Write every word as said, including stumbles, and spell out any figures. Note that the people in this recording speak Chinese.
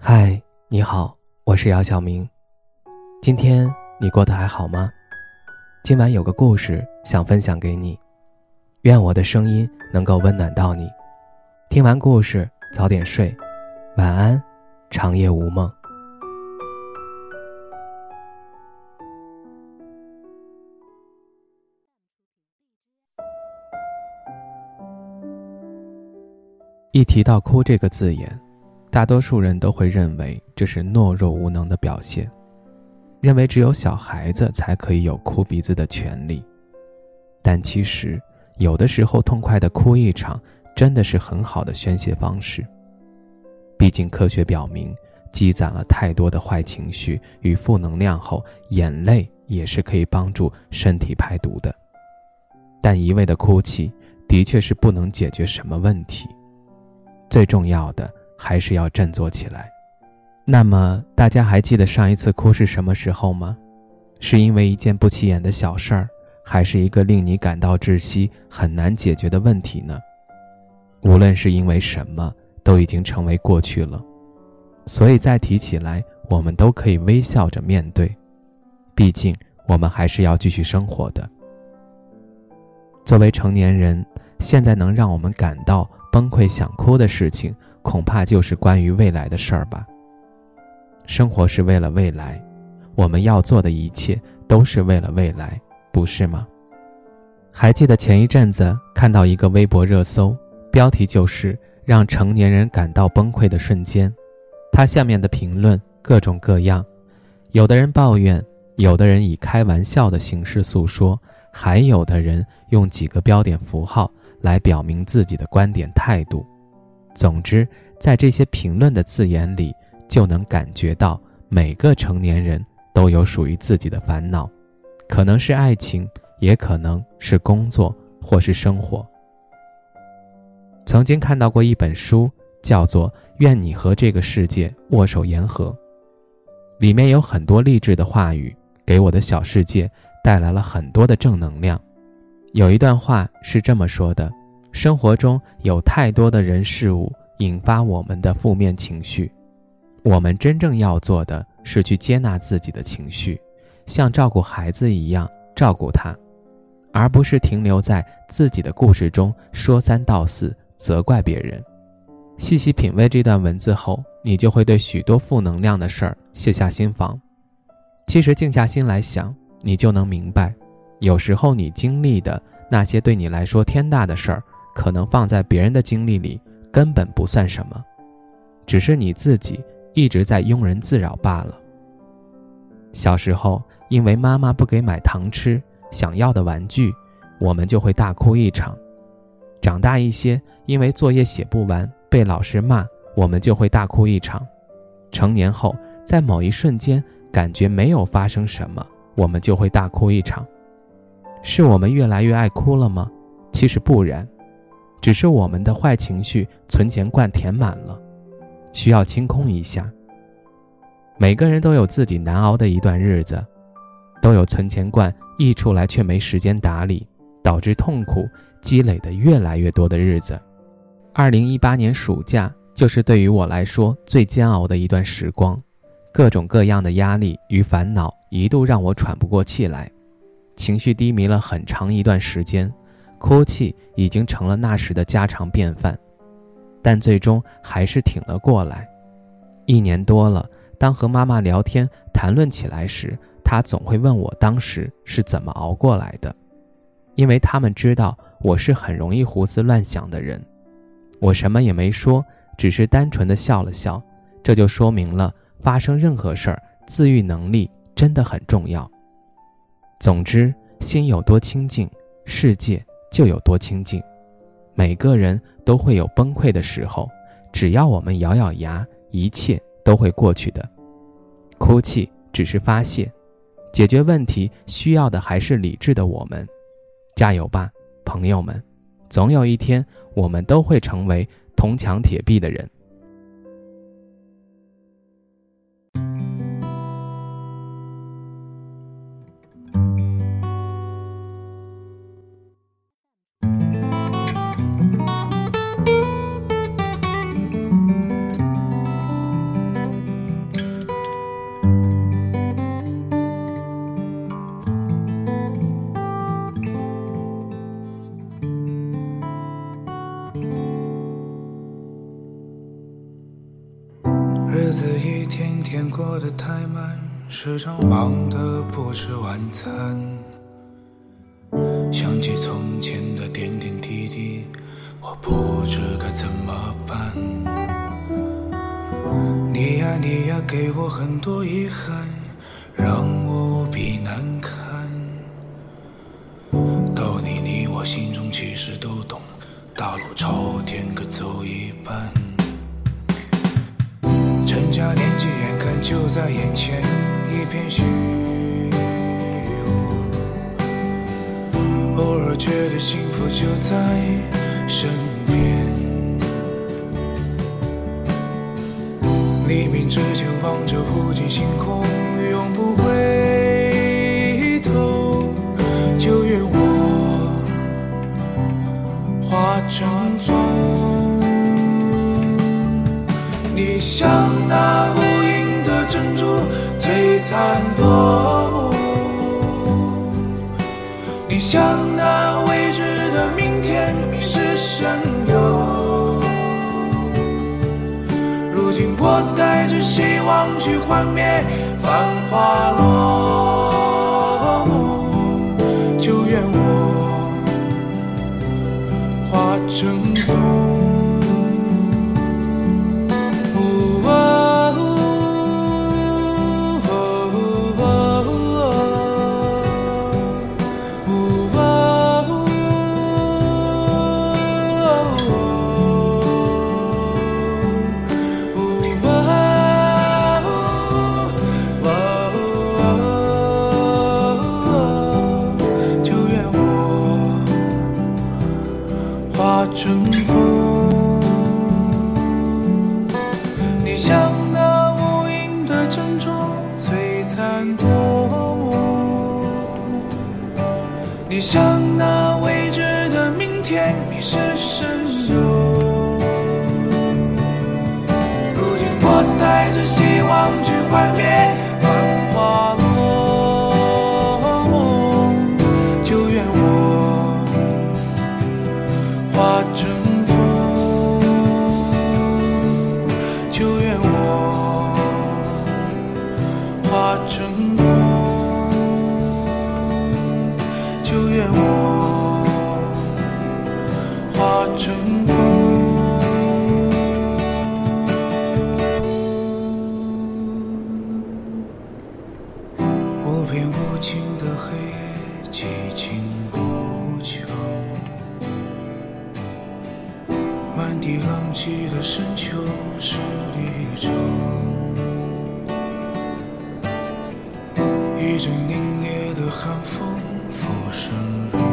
嗨，你好，我是姚晓明。今天你过得还好吗？今晚有个故事想分享给你，愿我的声音能够温暖到你。听完故事早点睡，晚安，长夜无梦。一提到哭这个字眼，大多数人都会认为这是懦弱无能的表现，认为只有小孩子才可以有哭鼻子的权利。但其实有的时候痛快地哭一场真的是很好的宣泄方式。毕竟科学表明，积攒了太多的坏情绪与负能量后，眼泪也是可以帮助身体排毒的。但一味的哭泣的确是不能解决什么问题，最重要的还是要振作起来。那么大家还记得上一次哭是什么时候吗？是因为一件不起眼的小事儿，还是一个令你感到窒息很难解决的问题呢？无论是因为什么，都已经成为过去了，所以再提起来，我们都可以微笑着面对，毕竟我们还是要继续生活的。作为成年人，现在能让我们感到崩溃想哭的事情，恐怕就是关于未来的事儿吧。生活是为了未来，我们要做的一切都是为了未来，不是吗？还记得前一阵子看到一个微博热搜，标题就是让成年人感到崩溃的瞬间。它下面的评论各种各样，有的人抱怨，有的人以开玩笑的形式诉说，还有的人用几个标点符号来表明自己的观点态度。总之，在这些评论的字眼里，就能感觉到每个成年人都有属于自己的烦恼，可能是爱情，也可能是工作，或是生活。曾经看到过一本书，叫做《愿你和这个世界握手言和》，里面有很多励志的话语，给我的小世界带来了很多的正能量。有一段话是这么说的：生活中有太多的人事物引发我们的负面情绪，我们真正要做的是去接纳自己的情绪，像照顾孩子一样照顾他，而不是停留在自己的故事中说三道四，责怪别人。细细品味这段文字后，你就会对许多负能量的事儿卸下心防。其实静下心来想，你就能明白，有时候你经历的那些对你来说天大的事儿，可能放在别人的经历里根本不算什么，只是你自己一直在庸人自扰罢了。小时候因为妈妈不给买糖吃，想要的玩具，我们就会大哭一场。长大一些，因为作业写不完，被老师骂，我们就会大哭一场。成年后，在某一瞬间感觉没有发生什么，我们就会大哭一场。是我们越来越爱哭了吗？其实不然，只是我们的坏情绪存钱罐填满了，需要清空一下。每个人都有自己难熬的一段日子，都有存钱罐溢出来却没时间打理，导致痛苦积累的越来越多的日子。二零一八年暑假就是对于我来说最煎熬的一段时光，各种各样的压力与烦恼一度让我喘不过气来，情绪低迷了很长一段时间，哭泣已经成了那时的家常便饭，但最终还是挺了过来。一年多了，当和妈妈聊天谈论起来时，她总会问我当时是怎么熬过来的，因为他们知道我是很容易胡思乱想的人。我什么也没说，只是单纯地笑了笑，这就说明了发生任何事儿，自愈能力真的很重要。总之，心有多清净，世界就有多清净。每个人都会有崩溃的时候，只要我们咬咬牙，一切都会过去的。哭泣只是发泄，解决问题需要的还是理智的我们。加油吧，朋友们，总有一天我们都会成为铜墙铁壁的人。 子一天天过得太慢，时常忙得不吃晚餐。想起从前的点点滴滴，我不知该怎么办。你呀你呀给我很多遗憾，让我无比难堪。道理你我心中其实都懂，大路朝天各走一半。成家年纪眼看就在眼前，一片虚无，偶尔觉得幸福就在身边。黎明之前望着无尽星空，永不回头，就愿我化成风。你像那无垠的珍珠，璀璨夺目，你像那未知的明天，迷失神游。如今我带着希望去幻灭繁华落幕，就愿我化成风。化成风，你像那无垠的珍珠，璀璨夺目，你像那未知的明天，迷失神游。如今我带着希望去幻灭繁华落幕，就愿我化成风，就愿我化成风，就愿我化成风。无边无尽的黑夜，寂静无穷，满地狼藉的深秋是离愁，一阵凛冽的寒风浮生如